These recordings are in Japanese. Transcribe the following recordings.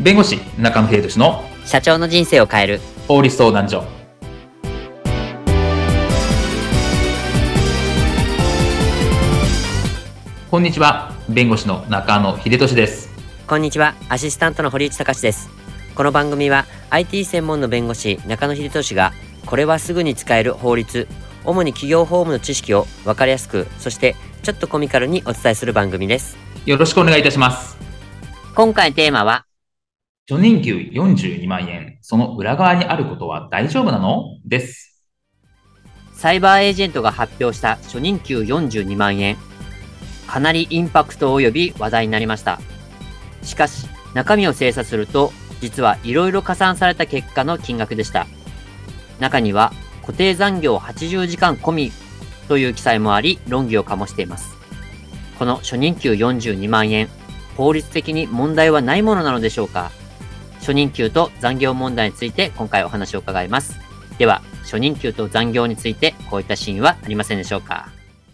弁護士中野秀俊の社長の人生を変える法律相談所。こんにちは、弁護士の中野秀俊です。 こんにちは、アシスタントの堀内隆です。この番組は IT 専門の弁護士中野秀俊がこれはすぐに使える法律、主に企業法務の知識を分かりやすく、そしてちょっとコミカルにお伝えする番組です。 よろしくお願いいたします。 今回のテーマは初任給42万円、その裏側にあることは大丈夫なのです。 サイバーエージェントが発表した初任給42万円、かなりインパクト及び話題になりました。しかし中身を精査すると、実はいろいろ加算された結果の金額でした。中には固定残業80時間込みという記載もあり、論議を醸しています。この初任給42万円、法律的に問題はないものなのでしょうか。初任給と残業問題について今回お話を伺います。では、初任給と残業についてこういったシーンはありませんでしょうか。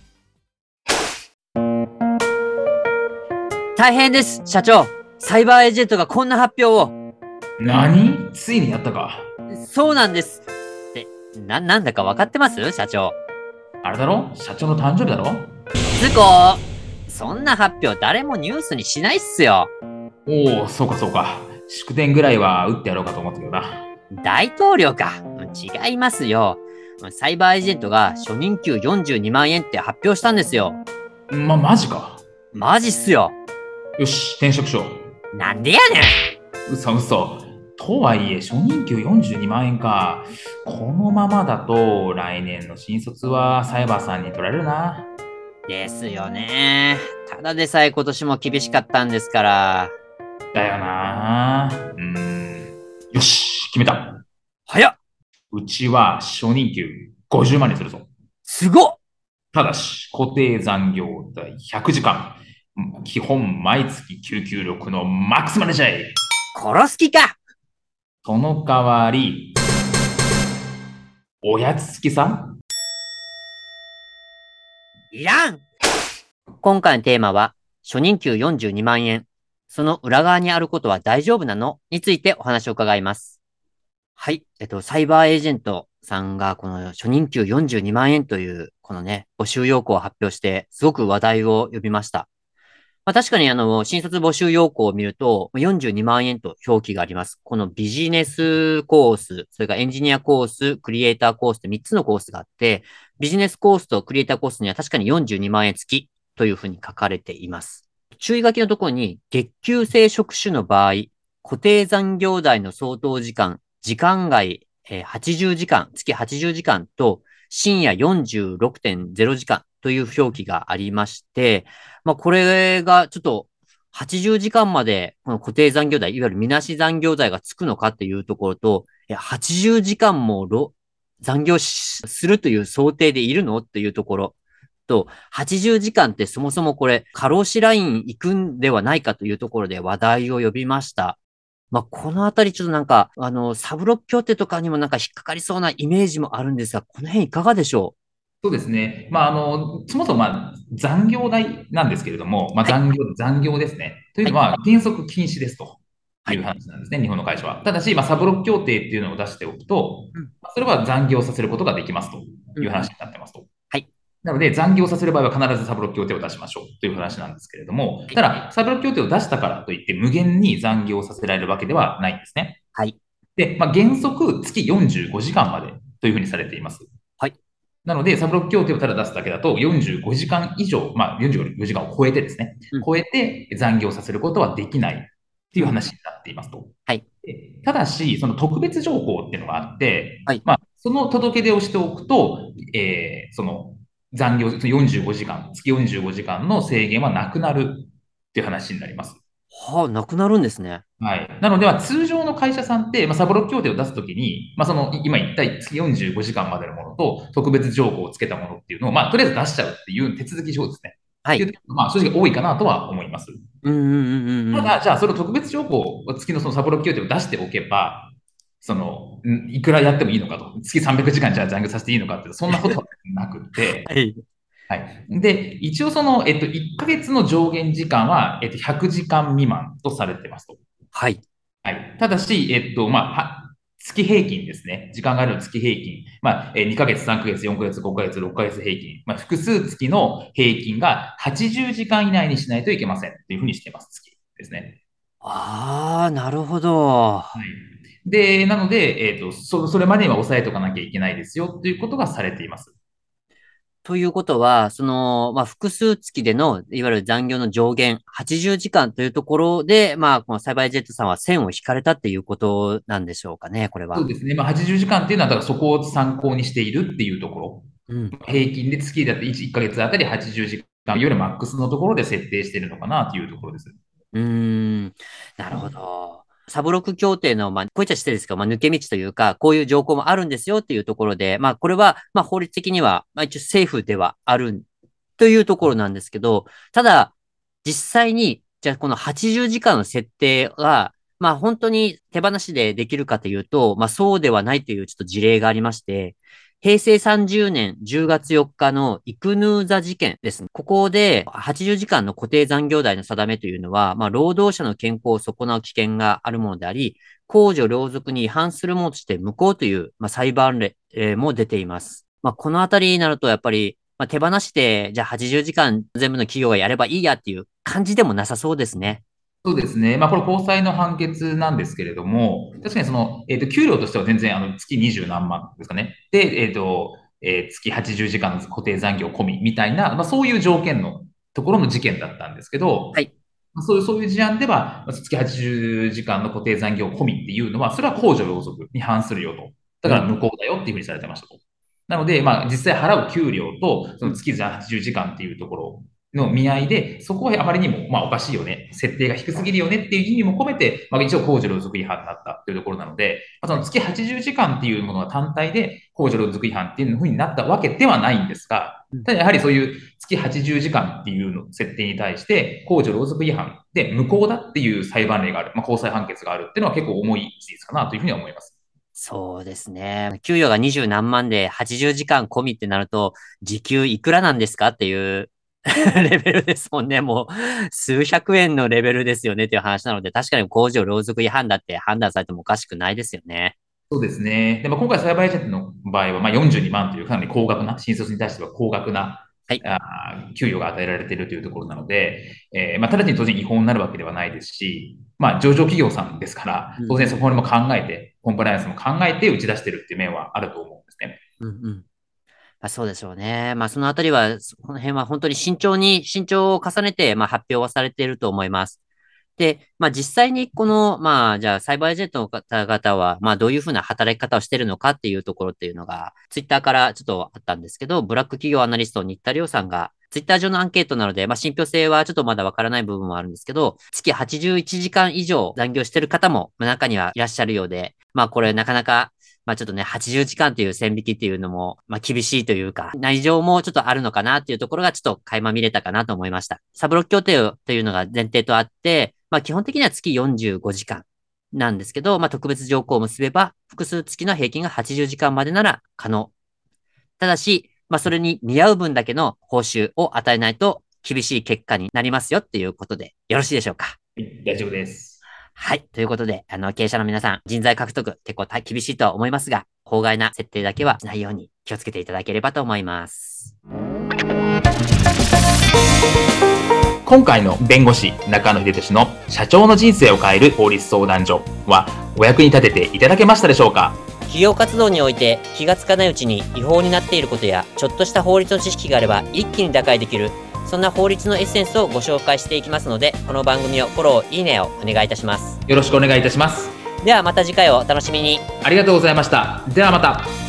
大変です、社長。サイバーエージェントがこんな発表を。 何？ついにやったか。 そうなんです。ってなんだか分かってます、社長。 あれだろ？社長の誕生日だろ？ つこそんな発表誰もニュースにしないっすよ。 おお、そうかそうか。祝電ぐらいは打ってやろうかと思ったけどな。 大統領か。違いますよ。サイバーエージェントが初任給42万円って発表したんですよ。 マジか。 マジっすよ。 よし、転職しよう。なんでやねん。嘘。とはいえ、初任給42万円か。このままだと、来年の新卒はサイバーさんに取られるな。 ですよね。ただでさえ今年も厳しかったんですから。 だよな。よし、決めた。 早っ。 うちは初任給50万にするぞ。 すごっ。 ただし、固定残業代100時間。基本毎月996のマックスマネージャー。 殺す気か。 その代わり、おやつ付きさ。 いらん。今回のテーマは、初任給42万円。その裏側にあることは大丈夫なのについてお話を伺います。はい。サイバーエージェントさんがこの初任給42万円というこのね、募集要項を発表して、すごく話題を呼びました。確かに新卒募集要項を見ると、42万円と表記があります。このビジネスコース、それからエンジニアコース、クリエイターコースって3つのコースがあって、ビジネスコースとクリエイターコースには確かに42万円付きというふうに書かれています。注意書きのところに、月給制職種の場合、固定残業代の相当時間、時間外、80時間、月80時間と、深夜 46.0 時間という表記がありまして、これがちょっと80時間までこの固定残業代、いわゆるみなし残業代がつくのかっていうところと、80時間も残業するという想定でいるのっていうところと、80時間ってそもそもこれ過労死ライン行くんではないかというところで話題を呼びました。このあたりちょっとなんか、サブロック協定とかにもなんか引っかかりそうなイメージもあるんですが、この辺いかがでしょう？そうですね。そもそも残業代なんですけれども、残業ですね。というのは原則禁止ですという話なんですね、日本の会社は。ただし、サブロック協定っていうのを出しておくと、それは残業させることができますという話になってますと。なので、残業させる場合は必ずサブロック協定を出しましょうという話なんですけれども、ただ、サブロック協定を出したからといって無限に残業させられるわけではないんですね。で、原則月45時間までというふうにされています。なので、サブロック協定をただ出すだけだと45時間以上、45時間を超えてですね、超えて残業させることはできないっていう話になっていますと。ただし、その特別条項っていうのがあって、その届け出をしておくと、その残業、45時間、月45時間の制限はなくなるっていう話になります。 なくなるんですね。 なので通常の会社さんって、サブロック協定を出すときに、今言った月45時間までのものと特別条項をつけたものっていうのを、とりあえず出しちゃうっていう手続き上ですね。正直多いかなとは思います。ただ、じゃあその特別条項付きのそのサブロック協定を出しておけば、いくらやってもいいのかと、月300時間じゃあ残業させていいのかって、そんなことはなくて、で、一応1ヶ月の上限時間は、100時間未満とされてますと。 はい。ただし、月平均ですね。時間があるの月平均。2ヶ月、3ヶ月、4ヶ月、5ヶ月、6ヶ月平均。複数月の平均が80時間以内にしないといけません。というふうにしています。月ですね。 ああ、なるほど。 はい。で、なので、それまでには抑えとかなきゃいけないですよということがされています。 ということは、複数月での、いわゆる残業の上限、80時間というところで、このサイバーエージェントさんは線を引かれたっていうことなんでしょうかね、これは。 そうですね。80時間っていうのは、だからそこを参考にしているっていうところ。 うん。 平均で月だって1ヶ月あたり80時間よりマックスのところで設定しているのかなというところです。 うーん。なるほど。サブロック協定の、こういった失礼ですけど、抜け道というか、こういう条項もあるんですよっていうところで、これは、法律的には、一応政府ではあるというところなんですけど、ただ、実際に、じゃあこの80時間の設定が、本当に手放しでできるかというと、そうではないというちょっと事例がありまして、平成30年10月4日のイクヌーザ事件ですね。ここで80時間の固定残業代の定めというのは、労働者の健康を損なう危険があるものであり、公序良俗に違反するものとして無効という、裁判例も出ています。このあたりになると、やっぱり、手放して、じゃあ80時間全部の企業がやればいいやっていう感じでもなさそうですね。 そうですね。これ高裁の判決なんですけれども、確かに給料としては全然月20何万ですかね。で、月80時間の固定残業込みみたいな、そういう条件のところの事件だったんですけど、 はい。 そういう事案では、月80時間の固定残業込みっていうのは、それは公序良俗に反するよと。だから無効だよっていうふうにされてましたと。なので、実際払う給料と、その月80時間っていうところの見合いで、そこはあまりにも、おかしいよね、設定が低すぎるよねっていう意味も込めて、一応公序良俗違反だったというところなので、その月80時間っていうものが単体で公序良俗違反っていうふうになったわけではないんですが、ただやはりそういう月80時間っていうの設定に対して、公序良俗違反で無効だっていう裁判例がある、高裁判決があるっていうのは結構重い事実かなというふうには思います。 そうですね。給与が20何万で80時間込みってなると、時給いくらなんですかっていうレベルですもんね。もう数百円のレベルですよねっていう話なので、確かに工場労続違反だって判断されてもおかしくないですよね。 そうですね。で、今回サイバーエージェントの場合は、42万というかなり高額な、新卒に対しては高額なはい。 給与が与えられているというところなので、直ちに当然違法になるわけではないですし、上場企業さんですから、当然そこにも考えて、コンプライアンスも考えて打ち出しているっていう面はあると思うんですね。 うんうん。そうでしょうね。そのあたりは、この辺は本当に慎重を重ねて、発表はされていると思います。で、実際にこの、じゃあ、サイバーエージェントの方々は、どういうふうな働き方をしているのかっていうところっていうのが、ツイッターからちょっとあったんですけど、ブラック企業アナリスト、新田亮さんが、ツイッター上のアンケートなので、信憑性はちょっとまだわからない部分もあるんですけど、月81時間以上残業している方も、中にはいらっしゃるようで、これなかなか、ちょっとね、80時間という線引きっていうのも、厳しいというか、内情もちょっとあるのかなっていうところがちょっと垣間見れたかなと思いました。サブロック協定というのが前提とあって、基本的には月45時間なんですけど、特別条項を結べば、複数月の平均が80時間までなら可能。ただし、それに見合う分だけの報酬を与えないと厳しい結果になりますよっていうことでよろしいでしょうか。 はい、大丈夫です。 はい。ということで、経営者の皆さん、人材獲得結構厳しいとは思いますが、法外な設定だけはしないように気をつけていただければと思います。 今回の弁護士中野秀俊の社長の人生を変える法律相談所はお役に立てていただけましたでしょうか。 企業活動において気がつかないうちに違法になっていることや、ちょっとした法律の知識があれば一気に打開できる、そんな法律のエッセンスをご紹介していきますので、この番組をフォロー、いいねをお願いいたします。 よろしくお願いいたします。 ではまた次回をお楽しみに。 ありがとうございました。ではまた。